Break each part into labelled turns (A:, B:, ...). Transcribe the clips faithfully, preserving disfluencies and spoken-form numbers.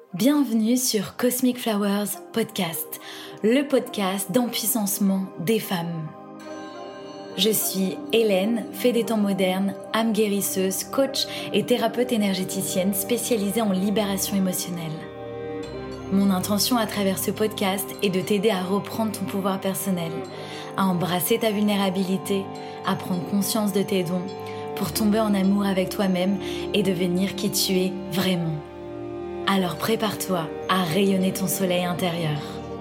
A: Bienvenue sur Cosmic Flowers Podcast, le podcast d'empuissancement des femmes. Je suis Hélène, fée des temps modernes, âme guérisseuse, coach et thérapeute énergéticienne spécialisée en libération émotionnelle. Mon intention à travers ce podcast est de t'aider à reprendre ton pouvoir personnel, à embrasser ta vulnérabilité, à prendre conscience de tes dons, pour tomber en amour avec toi-même et devenir qui tu es vraiment. Alors prépare-toi à rayonner ton soleil intérieur.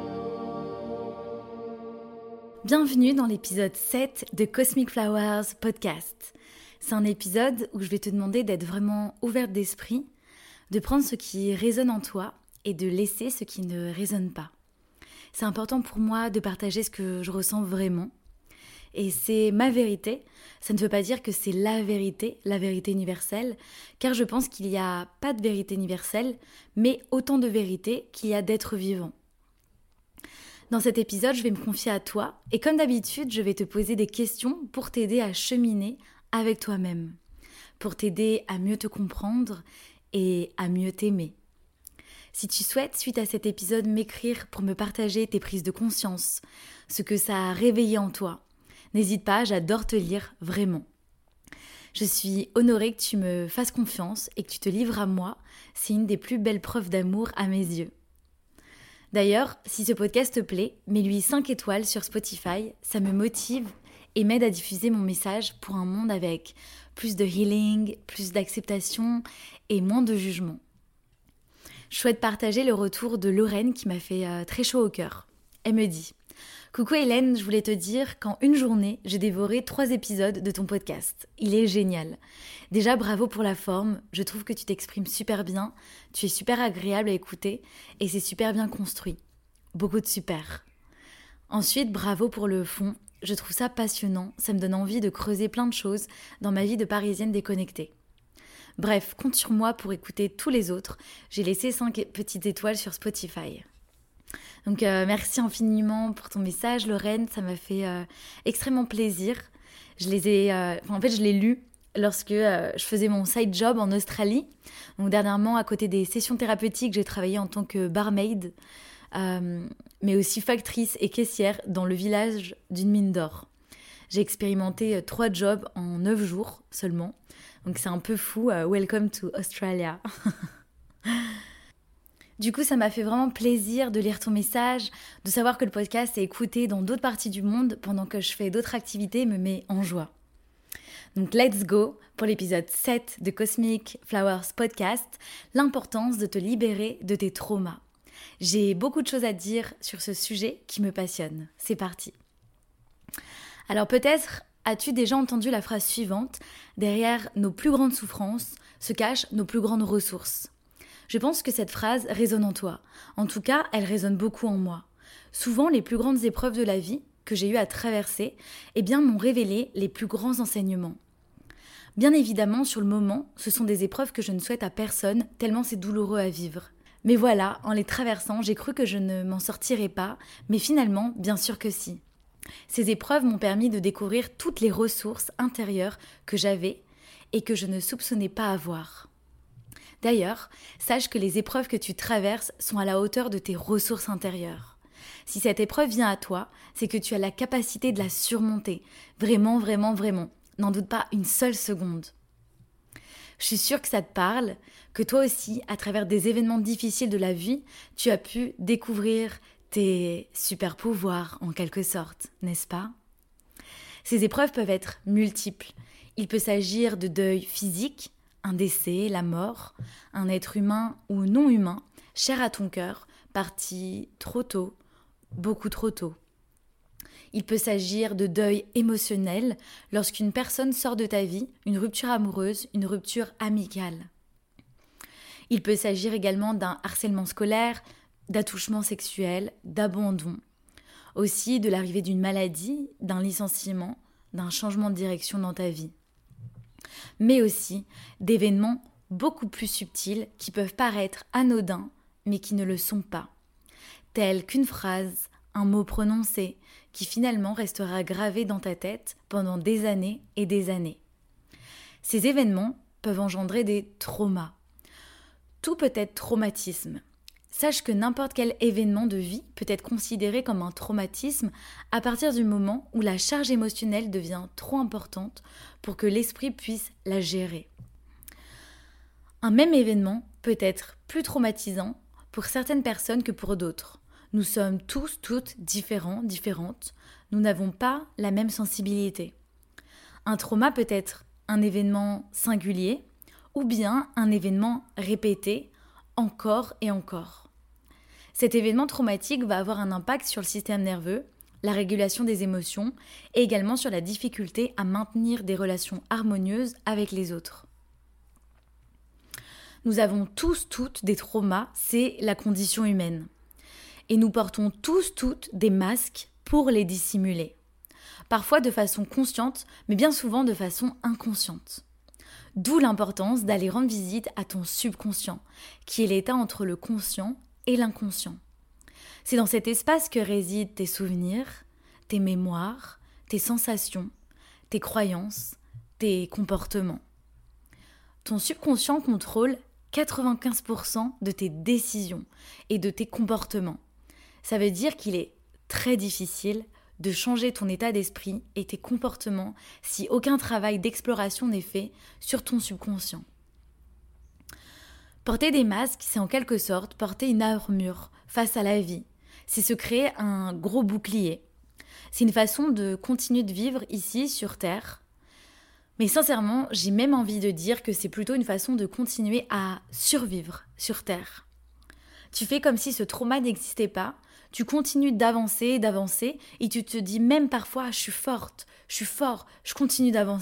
A: Bienvenue dans l'épisode sept de Cosmic Flowers Podcast. C'est un épisode où je vais te demander d'être vraiment ouverte d'esprit, de prendre ce qui résonne en toi et de laisser ce qui ne résonne pas. C'est important pour moi de partager ce que je ressens vraiment. Et c'est ma vérité, ça ne veut pas dire que c'est la vérité, la vérité universelle, car je pense qu'il n'y a pas de vérité universelle, mais autant de vérité qu'il y a d'êtres vivants. Dans cet épisode, je vais me confier à toi, et comme d'habitude, je vais te poser des questions pour t'aider à cheminer avec toi-même, pour t'aider à mieux te comprendre et à mieux t'aimer. Si tu souhaites, suite à cet épisode, m'écrire pour me partager tes prises de conscience, ce que ça a réveillé en toi, n'hésite pas, j'adore te lire, vraiment. Je suis honorée que tu me fasses confiance et que tu te livres à moi. C'est une des plus belles preuves d'amour à mes yeux. D'ailleurs, si ce podcast te plaît, mets-lui cinq étoiles sur Spotify, ça me motive et m'aide à diffuser mon message pour un monde avec plus de healing, plus d'acceptation et moins de jugement. Je souhaite partager le retour de Lorraine qui m'a fait euh, très chaud au cœur. Elle me dit: coucou Hélène, je voulais te dire qu'en une journée, j'ai dévoré trois épisodes de ton podcast. Il est génial. Déjà, bravo pour la forme. Je trouve que tu t'exprimes super bien, tu es super agréable à écouter et c'est super bien construit. Beaucoup de super. Ensuite, bravo pour le fond. Je trouve ça passionnant. Ça me donne envie de creuser plein de choses dans ma vie de parisienne déconnectée. Bref, compte sur moi pour écouter tous les autres. J'ai laissé cinq petites étoiles sur Spotify. Donc euh, merci infiniment pour ton message Lorraine, ça m'a fait euh, extrêmement plaisir. Je les ai, euh, en fait je l'ai lu lorsque euh, je faisais mon side job en Australie. Donc dernièrement, à côté des sessions thérapeutiques, j'ai travaillé en tant que barmaid, euh, mais aussi factrice et caissière dans le village d'une mine d'or. J'ai expérimenté euh, trois jobs en neuf jours seulement, donc c'est un peu fou. Euh, welcome to Australia. Du coup, ça m'a fait vraiment plaisir de lire ton message, de savoir que le podcast est écouté dans d'autres parties du monde pendant que je fais d'autres activités et me met en joie. Donc, let's go pour l'épisode sept de Cosmic Flowers Podcast, l'importance de te libérer de tes traumas. J'ai beaucoup de choses à dire sur ce sujet qui me passionne. C'est parti. Alors peut-être as-tu déjà entendu la phrase suivante: derrière nos plus grandes souffrances se cachent nos plus grandes ressources. Je pense que cette phrase résonne en toi. En tout cas, elle résonne beaucoup en moi. Souvent, les plus grandes épreuves de la vie que j'ai eu à traverser, eh bien, m'ont révélé les plus grands enseignements. Bien évidemment, sur le moment, ce sont des épreuves que je ne souhaite à personne, tellement c'est douloureux à vivre. Mais voilà, en les traversant, j'ai cru que je ne m'en sortirais pas, mais finalement, bien sûr que si. Ces épreuves m'ont permis de découvrir toutes les ressources intérieures que j'avais et que je ne soupçonnais pas avoir. D'ailleurs, sache que les épreuves que tu traverses sont à la hauteur de tes ressources intérieures. Si cette épreuve vient à toi, c'est que tu as la capacité de la surmonter. Vraiment, vraiment, vraiment. N'en doute pas une seule seconde. Je suis sûre que ça te parle, que toi aussi, à travers des événements difficiles de la vie, tu as pu découvrir tes super pouvoirs en quelque sorte, n'est-ce pas ? Ces épreuves peuvent être multiples. Il peut s'agir de deuil physique, un décès, la mort, un être humain ou non humain, cher à ton cœur, parti trop tôt, beaucoup trop tôt. Il peut s'agir de deuil émotionnel lorsqu'une personne sort de ta vie, une rupture amoureuse, une rupture amicale. Il peut s'agir également d'un harcèlement scolaire, d'attouchement sexuel, d'abandon. Aussi de l'arrivée d'une maladie, d'un licenciement, d'un changement de direction dans ta vie. Mais aussi d'événements beaucoup plus subtils qui peuvent paraître anodins, mais qui ne le sont pas. Tels qu'une phrase, un mot prononcé, qui finalement restera gravé dans ta tête pendant des années et des années. Ces événements peuvent engendrer des traumas. Tout peut être traumatisme. Sache que n'importe quel événement de vie peut être considéré comme un traumatisme à partir du moment où la charge émotionnelle devient trop importante pour que l'esprit puisse la gérer. Un même événement peut être plus traumatisant pour certaines personnes que pour d'autres. Nous sommes tous, toutes différents, différentes. Nous n'avons pas la même sensibilité. Un trauma peut être un événement singulier ou bien un événement répété encore et encore. Cet événement traumatique va avoir un impact sur le système nerveux, la régulation des émotions et également sur la difficulté à maintenir des relations harmonieuses avec les autres. Nous avons tous, toutes des traumas, c'est la condition humaine. Et nous portons tous, toutes des masques pour les dissimuler. Parfois de façon consciente, mais bien souvent de façon inconsciente. D'où l'importance d'aller rendre visite à ton subconscient, qui est l'état entre le conscient et l'inconscient. C'est dans cet espace que résident tes souvenirs, tes mémoires, tes sensations, tes croyances, tes comportements. Ton subconscient contrôle quatre-vingt-quinze pour cent de tes décisions et de tes comportements. Ça veut dire qu'il est très difficile de changer ton état d'esprit et tes comportements si aucun travail d'exploration n'est fait sur ton subconscient. Porter des masques, c'est en quelque sorte porter une armure face à la vie. C'est se créer un gros bouclier. C'est une façon de continuer de vivre ici sur Terre. Mais sincèrement, j'ai même envie de dire que c'est plutôt une façon de continuer à survivre sur Terre. Tu fais comme si ce trauma n'existait pas, tu continues d'avancer, d'avancer, et tu te dis même parfois « je suis forte, je suis fort, je continue d'avancer ».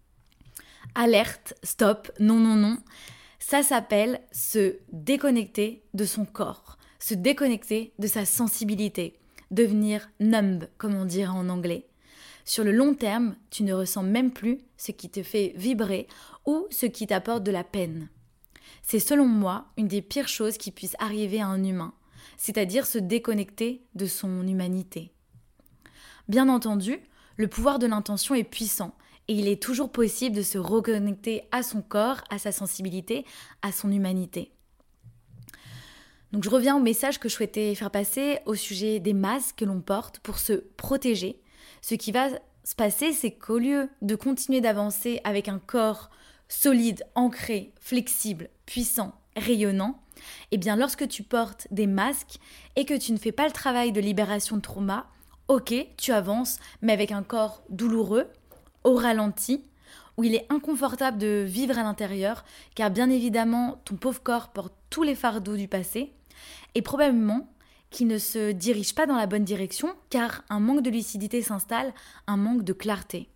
A: Alerte, stop, non, non, non. Ça s'appelle se déconnecter de son corps, se déconnecter de sa sensibilité, devenir numb, comme on dirait en anglais. Sur le long terme, tu ne ressens même plus ce qui te fait vibrer ou ce qui t'apporte de la peine. C'est selon moi une des pires choses qui puissent arriver à un humain, c'est-à-dire se déconnecter de son humanité. Bien entendu, le pouvoir de l'intention est puissant et il est toujours possible de se reconnecter à son corps, à sa sensibilité, à son humanité. Donc je reviens au message que je souhaitais faire passer au sujet des masques que l'on porte pour se protéger. Ce qui va se passer, c'est qu'au lieu de continuer d'avancer avec un corps solide, ancré, flexible, puissant, rayonnant, eh bien lorsque tu portes des masques et que tu ne fais pas le travail de libération de trauma, ok, tu avances, mais avec un corps douloureux, au ralenti, où il est inconfortable de vivre à l'intérieur, car bien évidemment, ton pauvre corps porte tous les fardeaux du passé, et probablement qui ne se dirige pas dans la bonne direction car un manque de lucidité s'installe, un manque de clarté.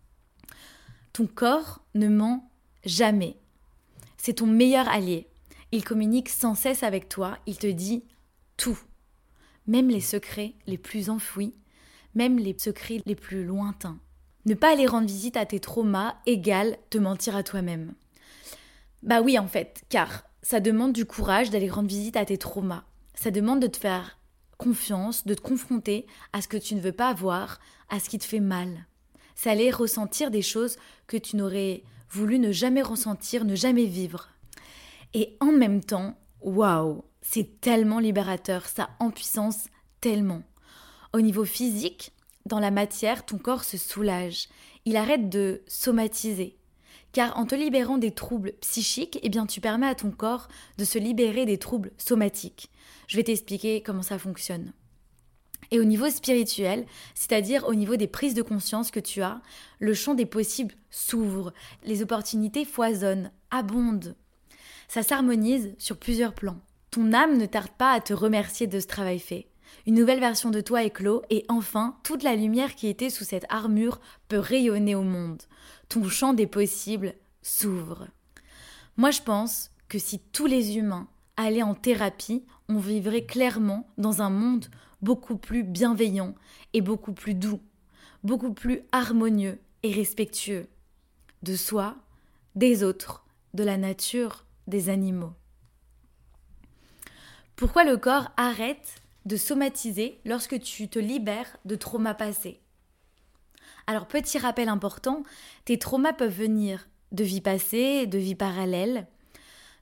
A: Ton corps ne ment jamais. C'est ton meilleur allié. Il communique sans cesse avec toi, il te dit tout. Même les secrets les plus enfouis, même les secrets les plus lointains. Ne pas aller rendre visite à tes traumas égale te mentir à toi-même. Bah oui en fait, car ça demande du courage d'aller rendre visite à tes traumas. Ça demande de te faire confiance, de te confronter à ce que tu ne veux pas voir, à ce qui te fait mal. C'est aller ressentir des choses que tu n'aurais voulu ne jamais ressentir, ne jamais vivre. Et en même temps, waouh, c'est tellement libérateur, ça en puissance tellement. Au niveau physique, dans la matière, ton corps se soulage. Il arrête de somatiser. Car en te libérant des troubles psychiques, eh bien, tu permets à ton corps de se libérer des troubles somatiques. Je vais t'expliquer comment ça fonctionne. Et au niveau spirituel, c'est-à-dire au niveau des prises de conscience que tu as, le champ des possibles s'ouvre, les opportunités foisonnent, abondent. Ça s'harmonise sur plusieurs plans. Ton âme ne tarde pas à te remercier de ce travail fait. Une nouvelle version de toi éclot et enfin, toute la lumière qui était sous cette armure peut rayonner au monde. Ton champ des possibles s'ouvre. Moi, je pense que si tous les humains allaient en thérapie, on vivrait clairement dans un monde beaucoup plus bienveillant et beaucoup plus doux, beaucoup plus harmonieux et respectueux de soi, des autres, de la nature, des animaux. Pourquoi le corps arrête de somatiser lorsque tu te libères de traumas passés? Alors, petit rappel important, tes traumas peuvent venir de vies passées, de vies parallèles,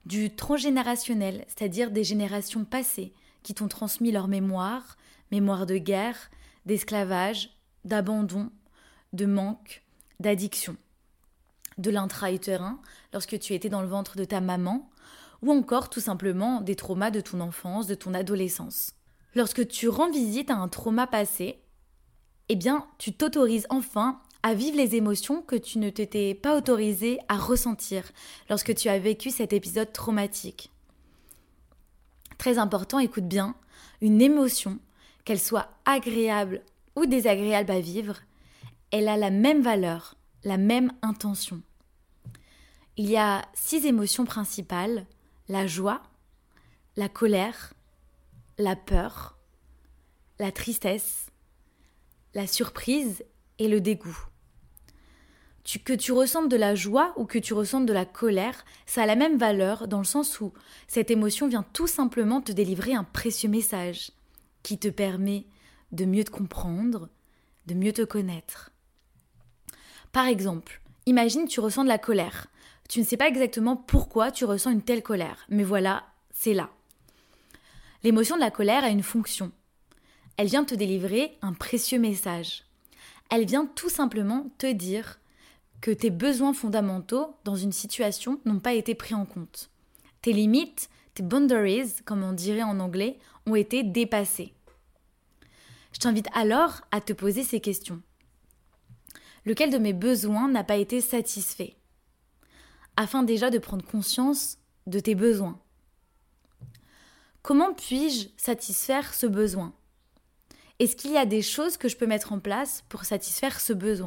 A: du transgénérationnel, c'est-à-dire des générations passées qui t'ont transmis leur mémoire, mémoire de guerre, d'esclavage, d'abandon, de manque, d'addiction. De l'intra-utérin, lorsque tu étais dans le ventre de ta maman, ou encore tout simplement des traumas de ton enfance, de ton adolescence. Lorsque tu rends visite à un trauma passé, eh bien, tu t'autorises enfin à vivre les émotions que tu ne t'étais pas autorisé à ressentir lorsque tu as vécu cet épisode traumatique. Très important, écoute bien, une émotion, qu'elle soit agréable ou désagréable à vivre, elle a la même valeur, la même intention. Il y a six émotions principales, la joie, la colère, la peur, la tristesse, la surprise et le dégoût. Tu, que tu ressentes de la joie ou que tu ressentes de la colère, ça a la même valeur dans le sens où cette émotion vient tout simplement te délivrer un précieux message qui te permet de mieux te comprendre, de mieux te connaître. Par exemple, imagine tu ressens de la colère. Tu ne sais pas exactement pourquoi tu ressens une telle colère, mais voilà, c'est là. L'émotion de la colère a une fonction. Elle vient te délivrer un précieux message. Elle vient tout simplement te dire que tes besoins fondamentaux dans une situation n'ont pas été pris en compte. Tes limites, tes boundaries, comme on dirait en anglais, ont été dépassées. Je t'invite alors à te poser ces questions. Lequel de mes besoins n'a pas été satisfait ? Afin déjà de prendre conscience de tes besoins. Comment puis-je satisfaire ce besoin ? Est-ce qu'il y a des choses que je peux mettre en place pour satisfaire ce besoin ?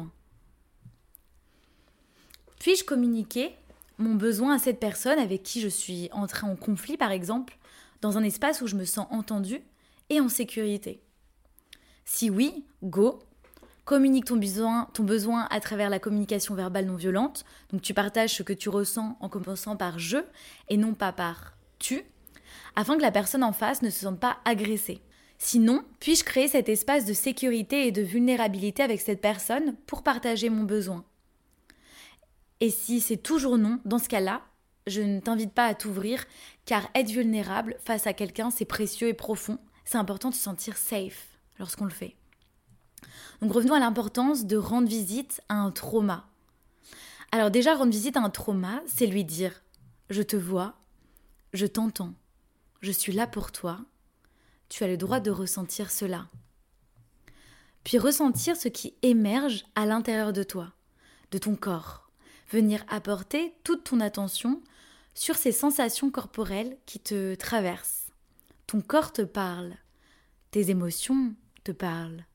A: Puis-je communiquer mon besoin à cette personne avec qui je suis entrée en conflit, par exemple, dans un espace où je me sens entendue et en sécurité ? Si oui, go ! Communique ton besoin, ton besoin à travers la communication verbale non violente. Donc tu partages ce que tu ressens en commençant par « je » et non pas par « tu », afin que la personne en face ne se sente pas agressée. Sinon, puis-je créer cet espace de sécurité et de vulnérabilité avec cette personne pour partager mon besoin ? Et si c'est toujours non, dans ce cas-là, je ne t'invite pas à t'ouvrir, car être vulnérable face à quelqu'un, c'est précieux et profond. C'est important de se sentir safe lorsqu'on le fait. Donc revenons à l'importance de rendre visite à un trauma. Alors déjà, rendre visite à un trauma, c'est lui dire « je te vois, je t'entends, je suis là pour toi, tu as le droit de ressentir cela ». Puis ressentir ce qui émerge à l'intérieur de toi, de ton corps. Venir apporter toute ton attention sur ces sensations corporelles qui te traversent. Ton corps te parle, tes émotions te parlent.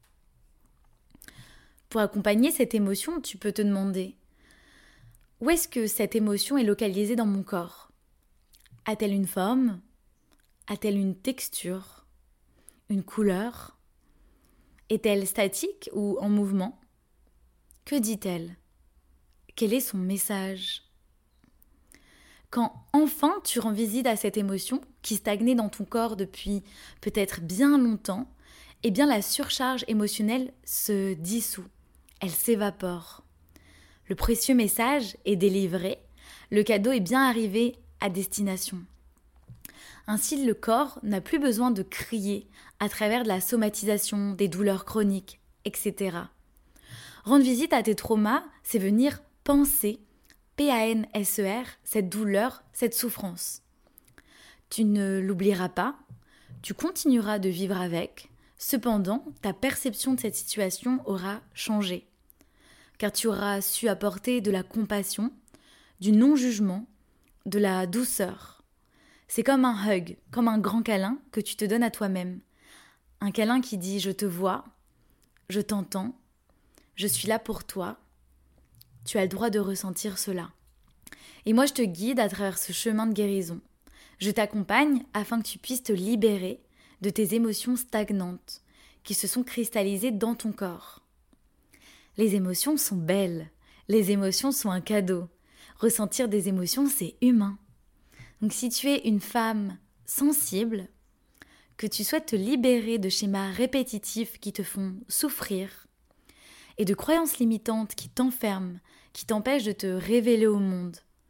A: Pour accompagner cette émotion, tu peux te demander « Où est-ce que cette émotion est localisée dans mon corps ? A-t-elle une forme ? A-t-elle une texture ? Une couleur ? Est-elle statique ou en mouvement ? Que dit-elle ? Quel est son message ? Quand enfin tu rends visite à cette émotion qui stagnait dans ton corps depuis peut-être bien longtemps, eh bien la surcharge émotionnelle se dissout, elle s'évapore. Le précieux message est délivré, le cadeau est bien arrivé à destination. Ainsi, le corps n'a plus besoin de crier à travers de la somatisation, des douleurs chroniques, et cetera. Rendre visite à tes traumas, c'est venir penser, P A N S E R, cette douleur, cette souffrance. Tu ne l'oublieras pas, tu continueras de vivre avec, cependant, ta perception de cette situation aura changé, car tu auras su apporter de la compassion, du non-jugement, de la douceur. C'est comme un hug, comme un grand câlin que tu te donnes à toi-même. Un câlin qui dit « je te vois, je t'entends, je suis là pour toi, tu as le droit de ressentir cela ». Et moi, je te guide à travers ce chemin de guérison. Je t'accompagne afin que tu puisses te libérer de tes émotions stagnantes qui se sont cristallisées dans ton corps. Les émotions sont belles, les émotions sont un cadeau. Ressentir des émotions, c'est humain. Donc si tu es une femme sensible, que tu souhaites te libérer de schémas répétitifs qui te font souffrir et de croyances limitantes qui t'enferment, qui t'empêchent de te révéler au monde,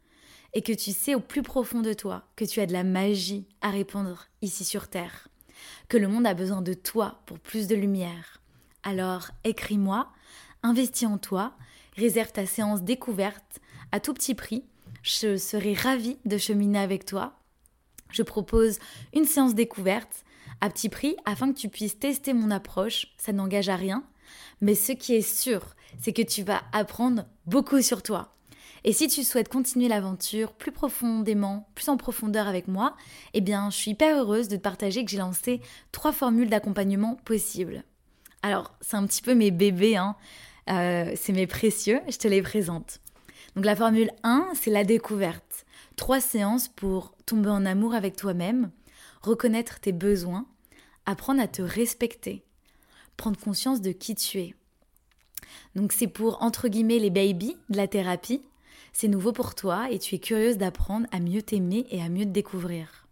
A: et que tu sais au plus profond de toi que tu as de la magie à répandre ici sur Terre, que le monde a besoin de toi pour plus de lumière. Alors écris-moi, investis en toi, réserve ta séance découverte à tout petit prix. Je serai ravie de cheminer avec toi. Je propose une séance découverte à petit prix afin que tu puisses tester mon approche. Ça n'engage à rien, mais ce qui est sûr, c'est que tu vas apprendre beaucoup sur toi. Et si tu souhaites continuer l'aventure plus profondément, plus en profondeur avec moi, eh bien, je suis hyper heureuse de te partager que j'ai lancé trois formules d'accompagnement possibles. Alors, c'est un petit peu mes bébés, hein. Euh, c'est mes précieux, je te les présente. Donc la formule un, c'est la découverte. Trois séances pour tomber en amour avec toi-même, reconnaître tes besoins, apprendre à te respecter, prendre conscience de qui tu es. Donc c'est pour, entre guillemets, les babies de la thérapie. C'est nouveau pour toi et tu es curieuse d'apprendre à mieux t'aimer et à mieux te découvrir.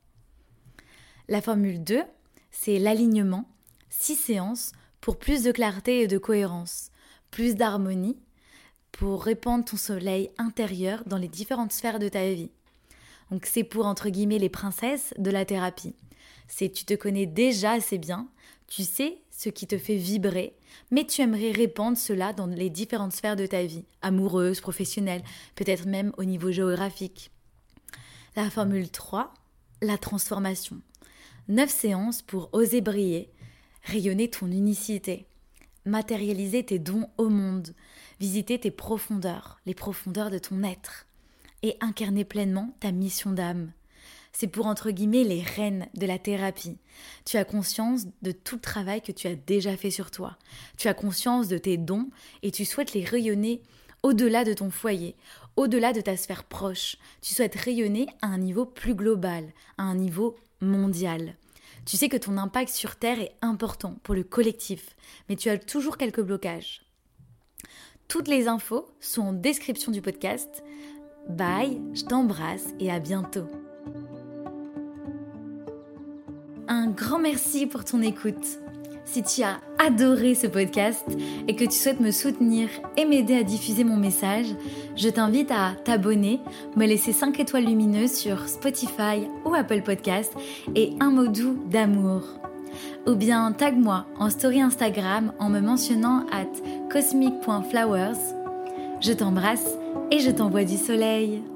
A: La formule deux, c'est l'alignement. Six séances pour plus de clarté et de cohérence, plus d'harmonie, pour répandre ton soleil intérieur dans les différentes sphères de ta vie. Donc c'est pour, entre guillemets, les princesses de la thérapie. C'est tu te connais déjà assez bien, tu sais ce qui te fait vibrer, mais tu aimerais répandre cela dans les différentes sphères de ta vie, amoureuse, professionnelle, peut-être même au niveau géographique. La formule trois, la transformation. Neuf séances pour oser briller, rayonner ton unicité, matérialiser tes dons au monde, visiter tes profondeurs, les profondeurs de ton être et incarner pleinement ta mission d'âme. C'est pour, entre guillemets, les reines de la thérapie. Tu as conscience de tout le travail que tu as déjà fait sur toi. Tu as conscience de tes dons et tu souhaites les rayonner au-delà de ton foyer, au-delà de ta sphère proche. Tu souhaites rayonner à un niveau plus global, à un niveau mondial. Tu sais que ton impact sur Terre est important pour le collectif, mais tu as toujours quelques blocages. Toutes les infos sont en description du podcast. Bye, je t'embrasse et à bientôt. Un grand merci pour ton écoute. Si tu as adoré ce podcast et que tu souhaites me soutenir et m'aider à diffuser mon message, je t'invite à t'abonner, me laisser cinq étoiles lumineuses sur Spotify ou Apple Podcast et un mot doux d'amour. Ou bien tag-moi en story Instagram en me mentionnant at cosmic point flowers. Je t'embrasse et je t'envoie du soleil.